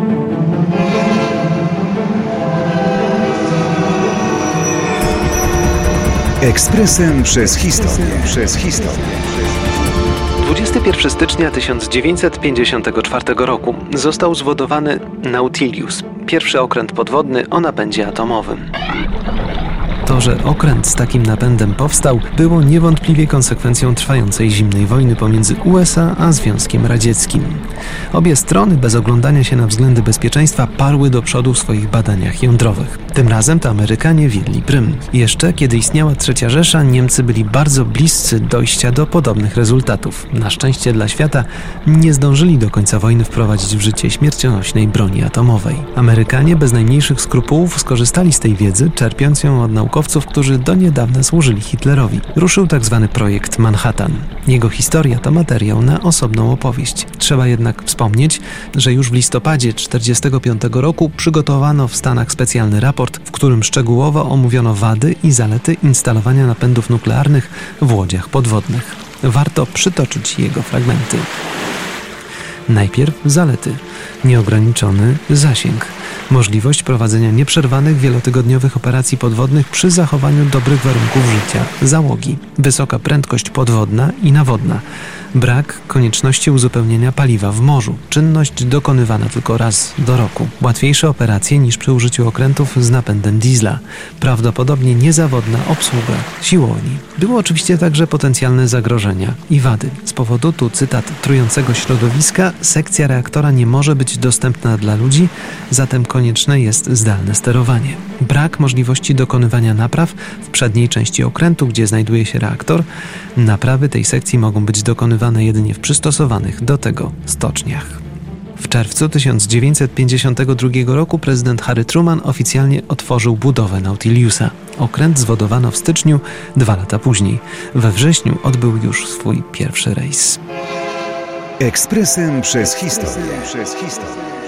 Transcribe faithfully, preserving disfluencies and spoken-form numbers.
Ekspresem przez historię. Przez historię. dwudziestego pierwszego stycznia tysiąc dziewięćset pięćdziesiątego czwartego roku został zwodowany Nautilus, pierwszy okręt podwodny o napędzie atomowym. To, że okręt z takim napędem powstał, było niewątpliwie konsekwencją trwającej zimnej wojny pomiędzy U S A a Związkiem Radzieckim. Obie strony, bez oglądania się na względy bezpieczeństwa, parły do przodu w swoich badaniach jądrowych. Tym razem to Amerykanie wiedli prym. Jeszcze kiedy istniała trzecia Rzesza, Niemcy byli bardzo bliscy dojścia do podobnych rezultatów. Na szczęście dla świata nie zdążyli do końca wojny wprowadzić w życie śmiercionośnej broni atomowej. Amerykanie bez najmniejszych skrupułów skorzystali z tej wiedzy, czerpiąc ją od naukowców, którzy do niedawna służyli Hitlerowi. Ruszył tzw. projekt Manhattan. Jego historia to materiał na osobną opowieść. Trzeba jednak wspomnieć, że już w listopadzie tysiąc dziewięćset czterdziestego piątego roku przygotowano w Stanach specjalny raport, w którym szczegółowo omówiono wady i zalety instalowania napędów nuklearnych w łodziach podwodnych. Warto przytoczyć jego fragmenty. Najpierw zalety. Nieograniczony zasięg. Możliwość prowadzenia nieprzerwanych wielotygodniowych operacji podwodnych przy zachowaniu dobrych warunków życia załogi. Wysoka prędkość podwodna i nawodna. Brak konieczności uzupełnienia paliwa w morzu. Czynność dokonywana tylko raz do roku. Łatwiejsze operacje niż przy użyciu okrętów z napędem diesla. Prawdopodobnie niezawodna obsługa siłowni. Było oczywiście także potencjalne zagrożenia i wady. Z powodu, tu cytat, trującego środowiska sekcja reaktora nie może być dostępna dla ludzi, zatem konieczne jest zdalne sterowanie. Brak możliwości dokonywania napraw w przedniej części okrętu, gdzie znajduje się reaktor. Naprawy tej sekcji mogą być dokonywane jedynie w przystosowanych do tego stoczniach. W czerwcu tysiąc dziewięćset pięćdziesiątego drugiego roku prezydent Harry Truman oficjalnie otworzył budowę Nautilusa. Okręt zwodowano w styczniu, dwa lata później. We wrześniu odbył już swój pierwszy rejs. Ekspresem przez historię. Przez historię.